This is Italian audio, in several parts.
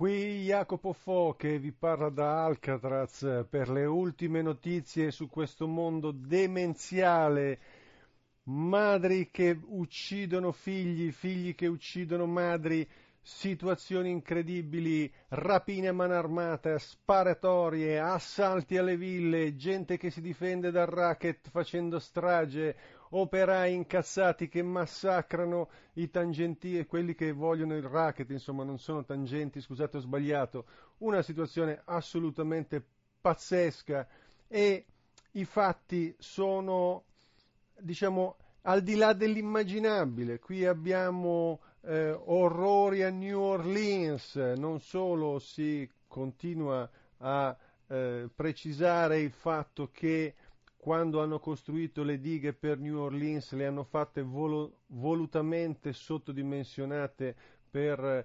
Qui Jacopo Fo che vi parla da Alcatraz per le ultime notizie su questo mondo demenziale. Madri che uccidono figli, figli che uccidono madri, situazioni incredibili, rapine a mano armata, sparatorie, assalti alle ville, gente che si difende dal racket facendo strage, operai incazzati che massacrano i tangenti e quelli che vogliono il racket, insomma non sono tangenti, scusate ho sbagliato, una situazione assolutamente pazzesca e i fatti sono, diciamo, al di là dell'immaginabile. Qui abbiamo orrori a New Orleans, non solo si continua a precisare il fatto che quando hanno costruito le dighe per New Orleans le hanno fatte volutamente sottodimensionate per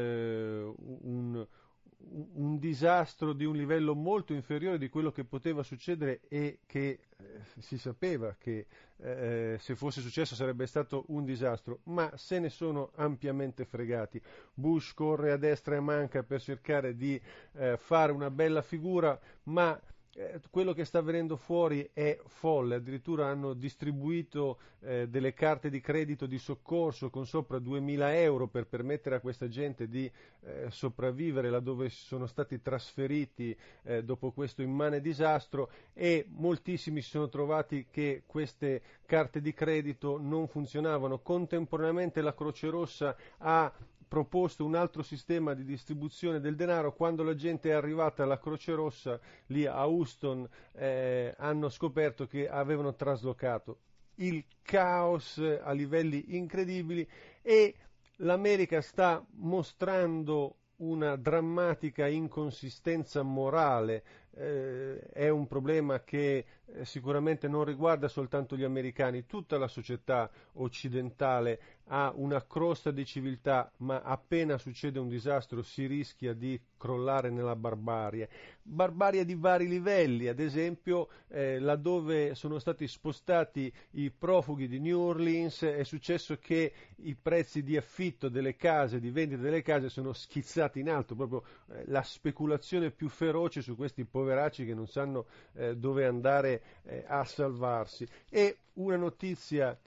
un disastro di un livello molto inferiore di quello che poteva succedere e che si sapeva che se fosse successo sarebbe stato un disastro, ma se ne sono ampiamente fregati. Bush corre a destra e a manca per cercare di fare una bella figura, ma quello che sta venendo fuori è folle, addirittura hanno distribuito delle carte di credito di soccorso con sopra 2000 euro per permettere a questa gente di sopravvivere laddove sono stati trasferiti dopo questo immane disastro e moltissimi si sono trovati che queste carte di credito non funzionavano. Contemporaneamente la Croce Rossa ha proposto un altro sistema di distribuzione del denaro. Quando la gente è arrivata alla Croce Rossa lì a Houston hanno scoperto che avevano traslocato. Il caos a livelli incredibili e l'America sta mostrando una drammatica inconsistenza morale. È un problema che sicuramente non riguarda soltanto gli americani, tutta la società occidentale ha una crosta di civiltà, ma appena succede un disastro si rischia di crollare nella barbarie. Barbarie di vari livelli, ad esempio laddove sono stati spostati i profughi di New Orleans è successo che i prezzi di affitto delle case, di vendita delle case sono schizzati in alto, proprio la speculazione più feroce su questi poveracci che non sanno dove andare a salvarsi. E una notizia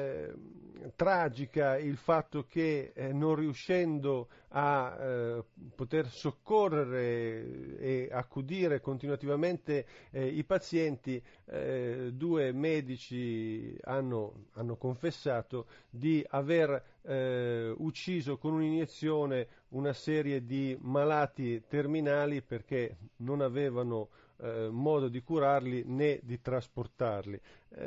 tragica il fatto che non riuscendo a poter soccorrere e accudire continuativamente i pazienti, due medici hanno confessato di aver ucciso con un'iniezione una serie di malati terminali perché non avevano modo di curarli né di trasportarli.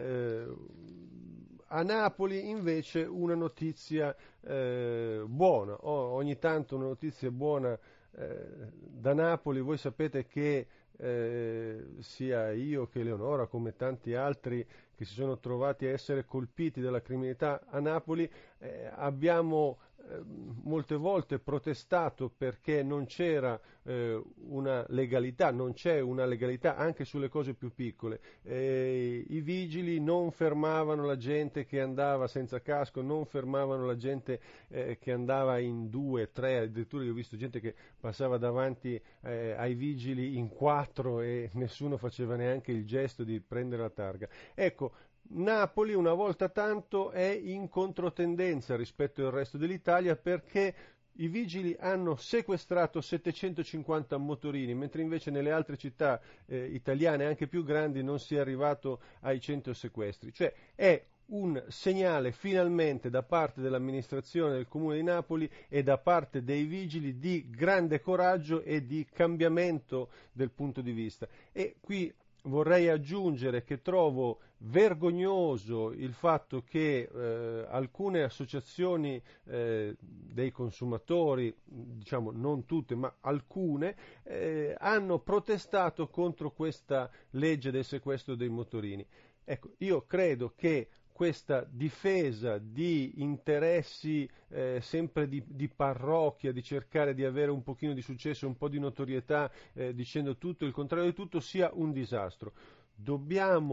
A Napoli invece una notizia buona, ogni tanto una notizia buona da Napoli. Voi sapete che sia io che Eleonora come tanti altri che si sono trovati a essere colpiti dalla criminalità a Napoli abbiamo molte volte protestato perché non c'era una legalità, non c'è una legalità anche sulle cose più piccole. I vigili non fermavano la gente che andava senza casco, non fermavano la gente che andava in 2, 3, addirittura io ho visto gente che passava davanti ai vigili in 4 e nessuno faceva neanche il gesto di prendere la targa. Ecco, Napoli una volta tanto è in controtendenza rispetto al resto dell'Italia perché i vigili hanno sequestrato 750 motorini, mentre invece nelle altre città italiane anche più grandi non si è arrivato ai 100 sequestri. Cioè è un segnale finalmente da parte dell'amministrazione del Comune di Napoli e da parte dei vigili di grande coraggio e di cambiamento del punto di vista. E qui vorrei aggiungere che trovo vergognoso il fatto che alcune associazioni dei consumatori, diciamo non tutte ma alcune, hanno protestato contro questa legge del sequestro dei motorini. Ecco, io credo che questa difesa di interessi sempre di parrocchia, di cercare di avere un pochino di successo, un po' di notorietà, dicendo tutto il contrario di tutto, sia un disastro. Dobbiamo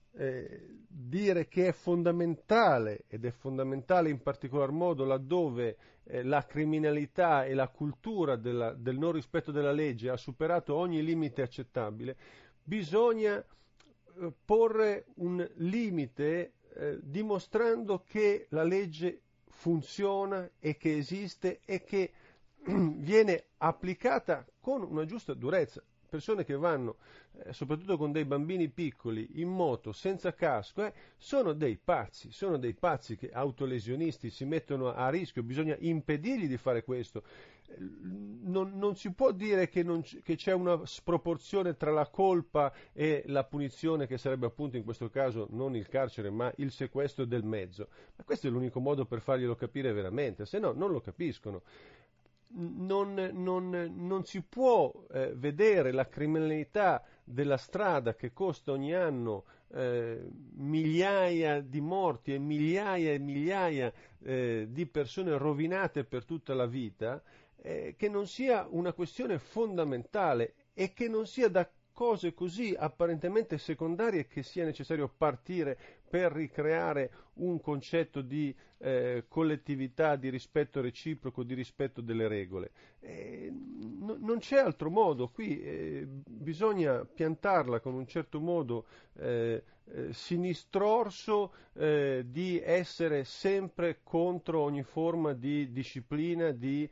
dire che è fondamentale, ed è fondamentale in particolar modo laddove la criminalità e la cultura del non rispetto della legge ha superato ogni limite accettabile, bisogna porre un limite dimostrando che la legge funziona e che esiste e che viene applicata con una giusta durezza. Persone che vanno, soprattutto con dei bambini piccoli, in moto senza casco, sono dei pazzi che autolesionisti si mettono a rischio, bisogna impedirgli di fare questo. Non si può dire che c'è una sproporzione tra la colpa e la punizione, che sarebbe appunto in questo caso non il carcere ma il sequestro del mezzo. Ma questo è l'unico modo per farglielo capire veramente, se no non lo capiscono. Non si può vedere la criminalità della strada che costa ogni anno migliaia di morti e migliaia di persone rovinate per tutta la vita, che non sia una questione fondamentale e che non sia da cose così apparentemente secondarie che sia necessario partire per ricreare un concetto di collettività, di rispetto reciproco, di rispetto delle regole. Non c'è altro modo, qui bisogna piantarla con un certo modo sinistrorso di essere sempre contro ogni forma di disciplina, di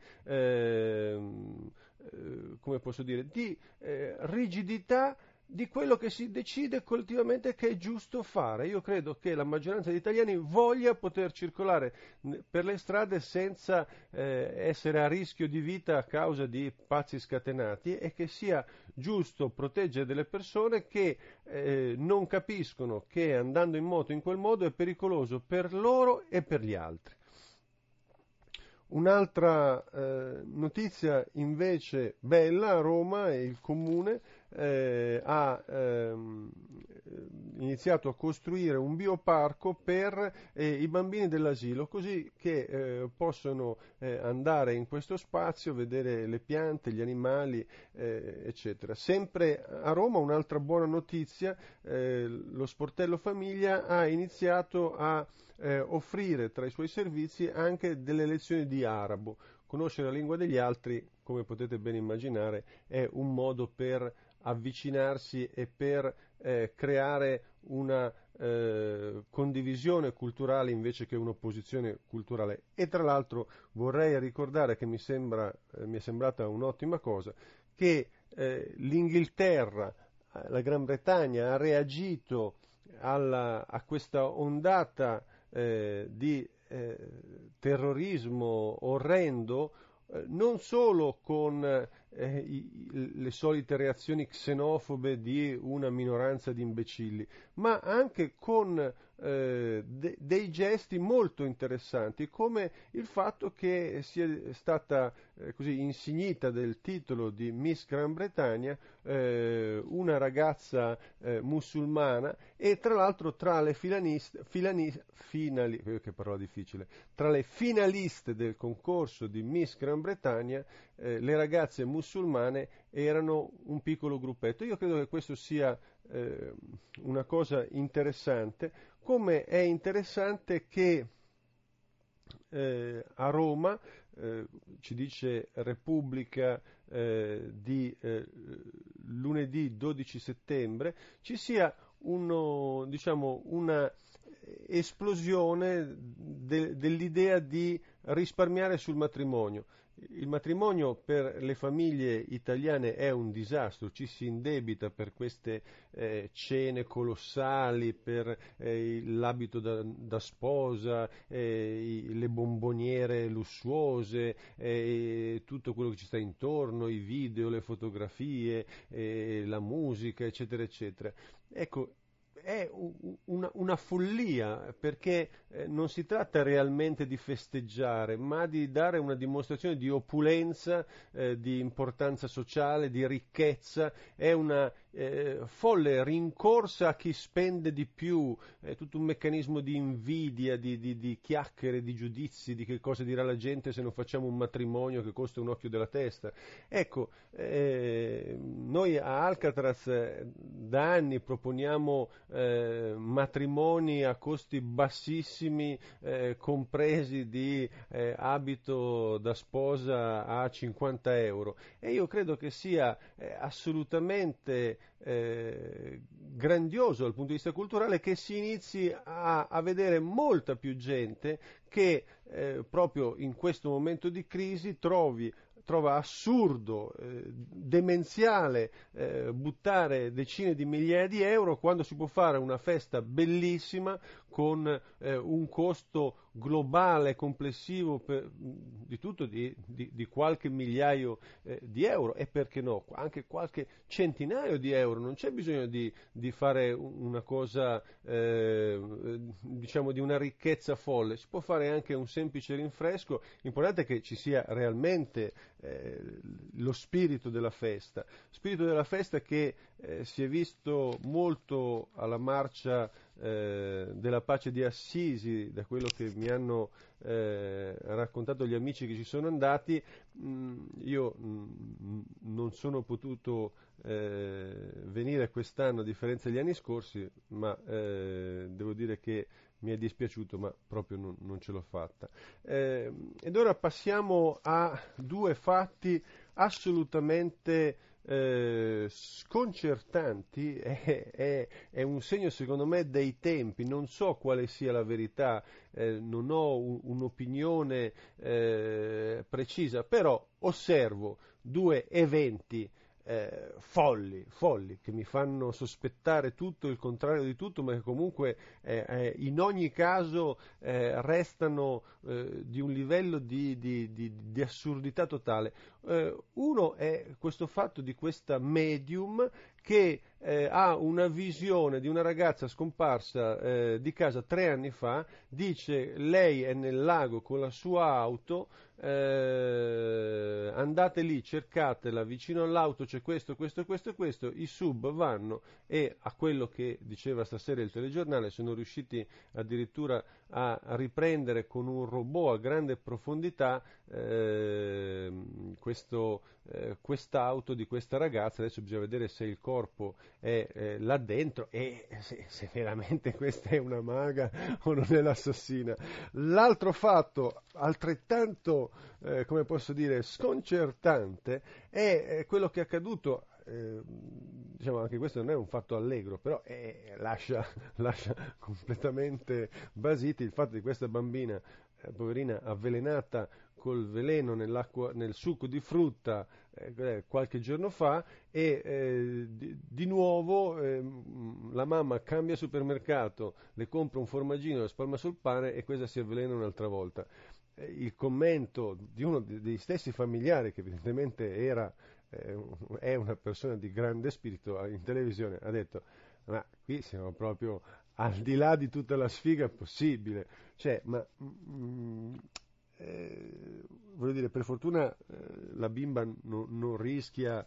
come posso dire, di rigidità di quello che si decide collettivamente che è giusto fare. Io credo che la maggioranza degli italiani voglia poter circolare per le strade senza essere a rischio di vita a causa di pazzi scatenati, e che sia giusto proteggere delle persone che non capiscono che andando in moto in quel modo è pericoloso per loro e per gli altri. Un'altra notizia invece bella: a Roma il comune ha iniziato a costruire un bioparco per i bambini dell'asilo, così che possono andare in questo spazio, vedere le piante, gli animali, eccetera. Sempre a Roma un'altra buona notizia: lo Sportello Famiglia ha iniziato a offrire tra i suoi servizi anche delle lezioni di arabo. Conoscere la lingua degli altri, come potete ben immaginare, è un modo per avvicinarsi e per creare una condivisione culturale invece che un'opposizione culturale. E tra l'altro vorrei ricordare che mi è sembrata un'ottima cosa che l'Inghilterra, la Gran Bretagna, ha reagito a questa ondata di terrorismo orrendo, non solo con le solite reazioni xenofobe di una minoranza di imbecilli, ma anche con dei gesti molto interessanti, come il fatto che sia stata così insignita del titolo di Miss Gran Bretagna una ragazza musulmana, e tra l'altro tra le tra le finaliste del concorso di Miss Gran Bretagna le ragazze musulmane erano un piccolo gruppetto. Io credo che questo sia una cosa interessante, come è interessante che a Roma, ci dice Repubblica di lunedì 12 settembre, ci sia una esplosione dell'idea di risparmiare sul matrimonio. Il matrimonio per le famiglie italiane è un disastro, ci si indebita per queste cene colossali, per l'abito da sposa, le bomboniere lussuose, tutto quello che ci sta intorno, i video, le fotografie, la musica, eccetera, eccetera. Ecco, è una follia, perché non si tratta realmente di festeggiare, ma di dare una dimostrazione di opulenza, di importanza sociale, di ricchezza. È una folle rincorsa a chi spende di più, è tutto un meccanismo di invidia, di chiacchiere, di giudizi, di che cosa dirà la gente se non facciamo un matrimonio che costa un occhio della testa. Ecco, noi a Alcatraz da anni proponiamo matrimoni a costi bassissimi, compresi di abito da sposa a 50 euro. E io credo che sia assolutamente grandioso dal punto di vista culturale che si inizi a vedere molta più gente che proprio in questo momento di crisi trova assurdo, demenziale buttare decine di migliaia di euro quando si può fare una festa bellissima con un costo globale, complessivo di tutto di qualche migliaio di euro, e perché no, anche qualche centinaio di euro. Non c'è bisogno di fare una cosa, diciamo, di una ricchezza folle, si può fare anche un semplice rinfresco, l'importante è che ci sia realmente lo spirito della festa che si è visto molto alla marcia della pace di Assisi, da quello che mi hanno raccontato gli amici che ci sono andati. Io non sono potuto venire quest'anno a differenza degli anni scorsi, ma devo dire che mi è dispiaciuto, ma proprio non ce l'ho fatta. Ed ora passiamo a due fatti assolutamente sconcertanti. È un segno secondo me dei tempi. Non so quale sia la verità, non ho un'opinione precisa, però osservo due eventi folli, che mi fanno sospettare tutto il contrario di tutto, ma che comunque in ogni caso restano di un livello di assurdità totale. Uno è questo fatto di questa medium che ha una visione di una ragazza scomparsa di casa 3 anni fa, dice lei è nel lago con la sua auto, andate lì, cercatela, vicino all'auto c'è questo, questo, questo e questo, i sub vanno e, a quello che diceva stasera il telegiornale, sono riusciti addirittura a riprendere con un robot a grande profondità quest'auto di questa ragazza. Adesso bisogna vedere se il corpo è là dentro e se veramente questa è una maga o non è l'assassina. L'altro fatto altrettanto, come posso dire, sconcertante è quello che è accaduto. Diciamo, anche questo non è un fatto allegro, però lascia completamente basiti il fatto di questa bambina, poverina, avvelenata col veleno nel succo di frutta qualche giorno fa, e di nuovo la mamma cambia supermercato, le compra un formaggino, lo spalma sul pane e questa si avvelena un'altra volta. Il commento di uno dei stessi familiari, che evidentemente è una persona di grande spirito, in televisione ha detto: ma qui siamo proprio al di là di tutta la sfiga possibile. Cioè, voglio dire, per fortuna la bimba non rischia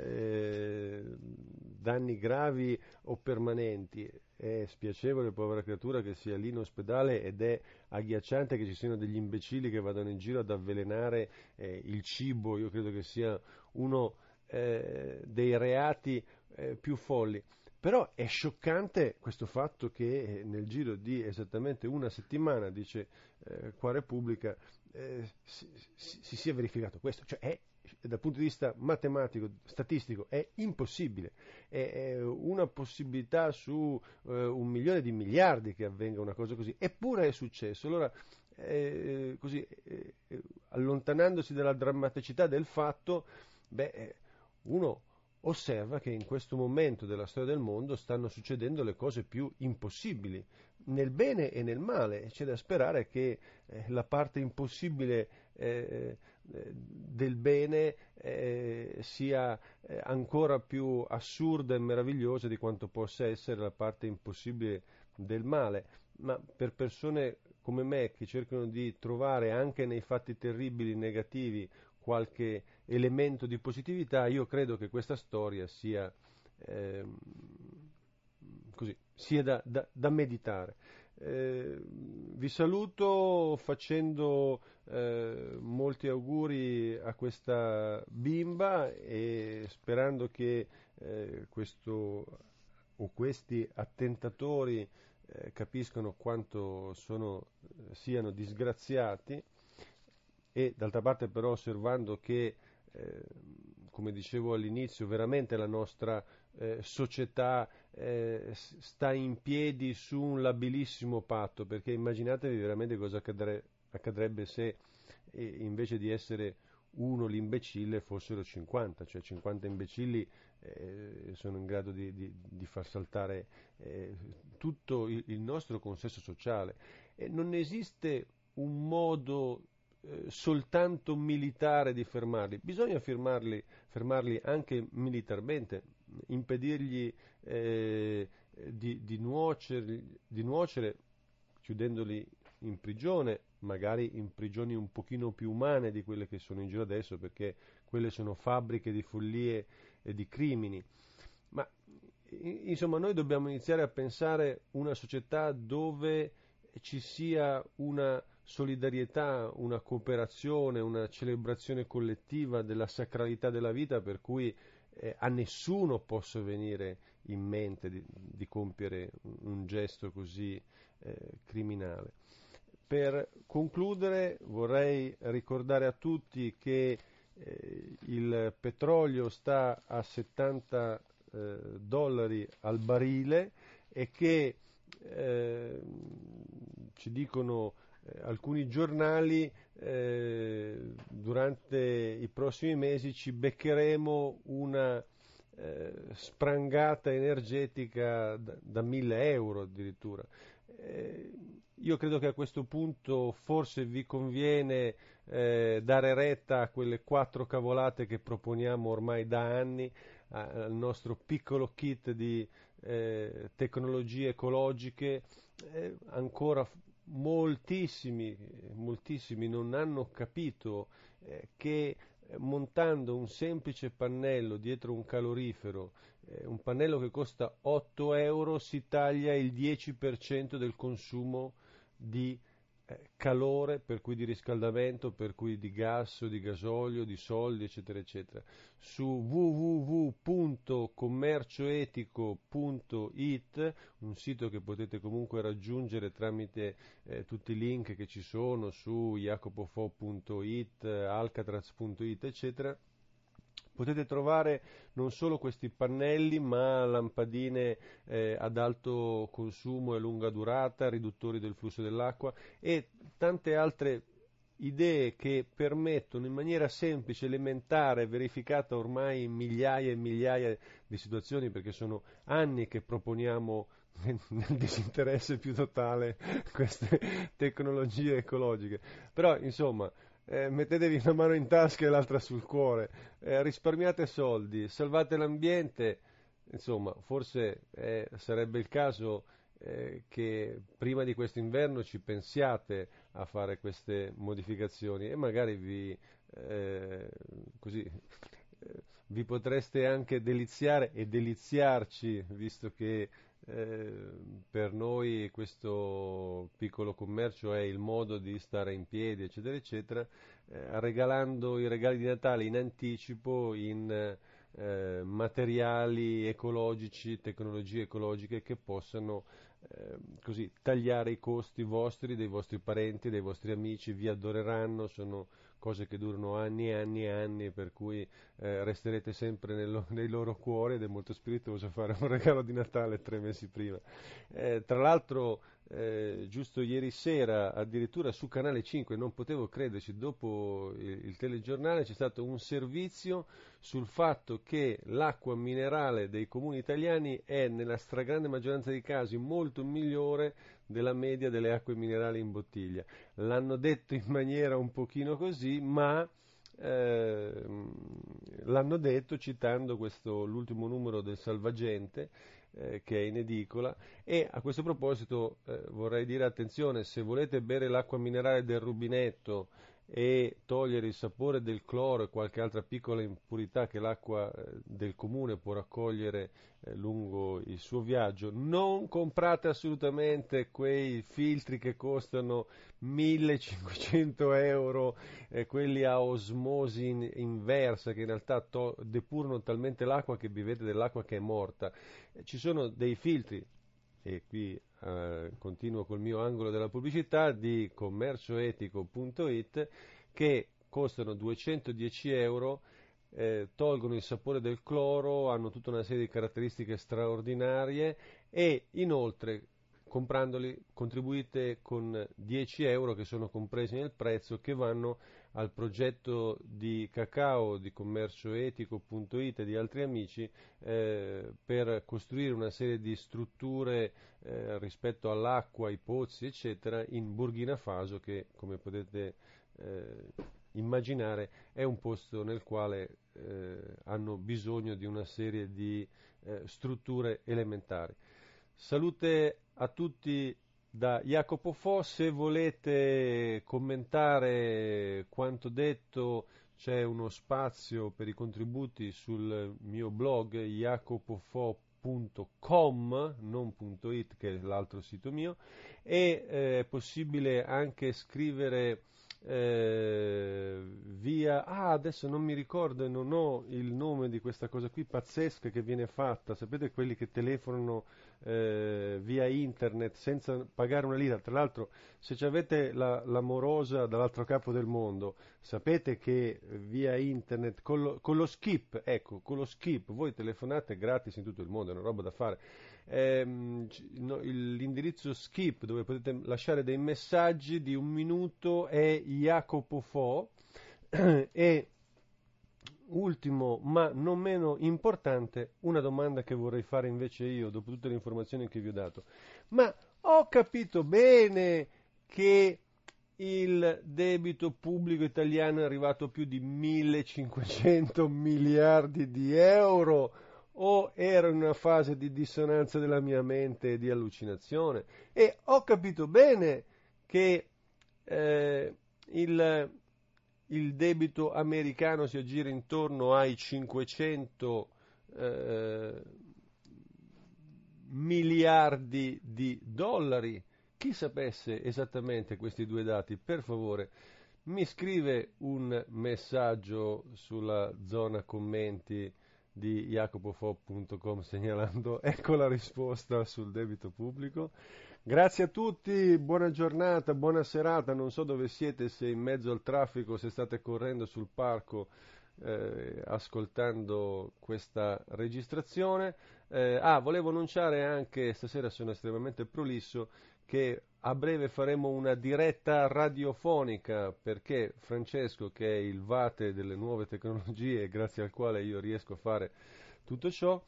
danni gravi o permanenti. È spiacevole, povera creatura, che sia lì in ospedale, ed è agghiacciante che ci siano degli imbecilli che vadano in giro ad avvelenare il cibo. Io credo che sia uno dei reati più folli. Però è scioccante questo fatto che nel giro di esattamente una settimana, dice qua Repubblica, si sia verificato questo. Cioè dal punto di vista matematico, statistico, è impossibile. È una possibilità su 1 milione di miliardi che avvenga una cosa così. Eppure è successo. Allora, così, allontanandosi dalla drammaticità del fatto, uno osserva che in questo momento della storia del mondo stanno succedendo le cose più impossibili, nel bene e nel male. C'è da sperare che la parte impossibile del bene sia ancora più assurda e meravigliosa di quanto possa essere la parte impossibile del male. Ma per persone come me, che cercano di trovare anche nei fatti terribili, negativi, qualche elemento di positività, io credo che questa storia sia così, sia da meditare. Vi saluto facendo molti auguri a questa bimba e sperando che questo o questi attentatori capiscono quanto siano disgraziati, e d'altra parte però osservando che, come dicevo all'inizio, veramente la nostra società sta in piedi su un labilissimo patto, perché immaginatevi veramente cosa accadrebbe se invece di essere uno l'imbecille fossero 50, cioè 50 imbecilli sono in grado di far saltare tutto il nostro consesso sociale. E non esiste un modo soltanto militare di fermarli, bisogna fermarli anche militarmente, impedirgli di nuocere chiudendoli in prigione, magari in prigioni un pochino più umane di quelle che sono in giro adesso, perché quelle sono fabbriche di follie e di crimini. Ma insomma, noi dobbiamo iniziare a pensare una società dove ci sia una solidarietà, una cooperazione, una celebrazione collettiva della sacralità della vita, per cui a nessuno possa venire in mente di compiere un gesto così criminale. Per concludere vorrei ricordare a tutti che il petrolio sta a 70 dollari al barile e che ci dicono alcuni giornali durante i prossimi mesi ci beccheremo una sprangata energetica da 1.000 euro addirittura. Io credo che a questo punto forse vi conviene dare retta a quelle 4 cavolate che proponiamo ormai da anni, al nostro piccolo kit di tecnologie ecologiche. Ancora moltissimi non hanno capito che montando un semplice pannello dietro un calorifero, un pannello che costa 8 euro, si taglia il 10% del consumo di calore, per cui di riscaldamento, per cui di gas, di gasolio, di soldi, eccetera, eccetera. Su www.commercioetico.it, un sito che potete comunque raggiungere tramite tutti i link che ci sono su jacopofo.it, alcatraz.it, eccetera, potete trovare non solo questi pannelli, ma lampadine ad alto consumo e lunga durata, riduttori del flusso dell'acqua e tante altre idee che permettono in maniera semplice, elementare, verificata ormai in migliaia e migliaia di situazioni, perché sono anni che proponiamo nel disinteresse più totale queste tecnologie ecologiche. Però, insomma, mettetevi una mano in tasca e l'altra sul cuore, risparmiate soldi, salvate l'ambiente, insomma, forse sarebbe il caso che prima di questo inverno ci pensiate a fare queste modificazioni e magari vi potreste anche deliziare e deliziarci, visto che per noi questo piccolo commercio è il modo di stare in piedi, eccetera, eccetera, regalando i regali di Natale in anticipo in materiali ecologici, tecnologie ecologiche che possano così tagliare i costi vostri, dei vostri parenti, dei vostri amici, vi adoreranno, sono cose che durano anni e anni e anni, per cui resterete sempre nei loro cuori ed è molto spiritoso fare un regalo di Natale 3 mesi prima. Tra l'altro, giusto ieri sera, addirittura su Canale 5, non potevo crederci, dopo il telegiornale c'è stato un servizio sul fatto che l'acqua minerale dei comuni italiani è nella stragrande maggioranza dei casi molto migliore della media delle acque minerali in bottiglia. L'hanno detto in maniera un pochino così, ma l'hanno detto citando l'ultimo numero del Salvagente che è in edicola. E a questo proposito vorrei dire attenzione, se volete bere l'acqua minerale del rubinetto e togliere il sapore del cloro e qualche altra piccola impurità che l'acqua del comune può raccogliere lungo il suo viaggio. Non comprate assolutamente quei filtri che costano 1500 euro, quelli a osmosi inversa, che in realtà depurano talmente l'acqua che bevete dell'acqua che è morta. Ci sono dei filtri, e qui continuo col mio angolo della pubblicità, di commercioetico.it, che costano 210 euro, tolgono il sapore del cloro, hanno tutta una serie di caratteristiche straordinarie e inoltre comprandoli contribuite con 10 euro che sono compresi nel prezzo, che vanno al progetto di cacao di commercioetico.it e di altri amici, per costruire una serie di strutture rispetto all'acqua, ai pozzi eccetera in Burkina Faso, che come potete immaginare è un posto nel quale hanno bisogno di una serie di strutture elementari. Salute a tutti da Jacopo Fo. Se volete commentare quanto detto, c'è uno spazio per i contributi sul mio blog jacopofo.com, non .it, che è l'altro sito mio, e è possibile anche scrivere via, adesso non mi ricordo e non ho il nome di questa cosa qui pazzesca che viene fatta, sapete, quelli che telefonano via internet senza pagare una lira. Tra l'altro, se ci avete l'amorosa dall'altro capo del mondo, sapete che via internet con lo skip, ecco, con lo skip voi telefonate gratis in tutto il mondo, è una roba da fare. L'indirizzo skip dove potete lasciare dei messaggi di 1 minuto è Jacopo Fo. E ultimo, ma non meno importante, una domanda che vorrei fare invece io, dopo tutte le informazioni che vi ho dato. Ma ho capito bene che il debito pubblico italiano è arrivato a più di 1500 miliardi di euro? O ero in una fase di dissonanza della mia mente e di allucinazione? E ho capito bene che il debito americano si aggira intorno ai 500 miliardi di dollari. Chi sapesse esattamente questi due dati, per favore, mi scrive un messaggio sulla zona commenti di jacopofo.com segnalando ecco la risposta sul debito pubblico. Grazie a tutti, buona giornata, buona serata. Non so dove siete, se in mezzo al traffico, se state correndo sul parco ascoltando questa registrazione. Volevo annunciare anche, stasera sono estremamente prolisso, che a breve faremo una diretta radiofonica, perché Francesco, che è il vate delle nuove tecnologie, grazie al quale io riesco a fare tutto ciò,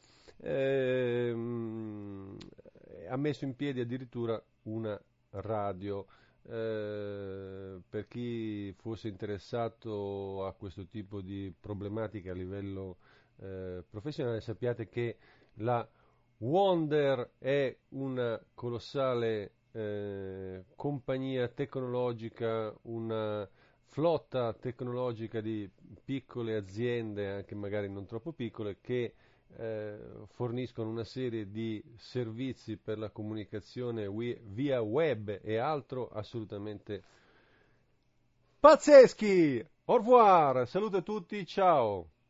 ha messo in piedi addirittura una radio. Per chi fosse interessato a questo tipo di problematiche a livello professionale, sappiate che la Wonder è una colossale compagnia tecnologica, una flotta tecnologica di piccole aziende, anche magari non troppo piccole, che forniscono una serie di servizi per la comunicazione via web e altro assolutamente pazzeschi. Au revoir, saluto a tutti, ciao.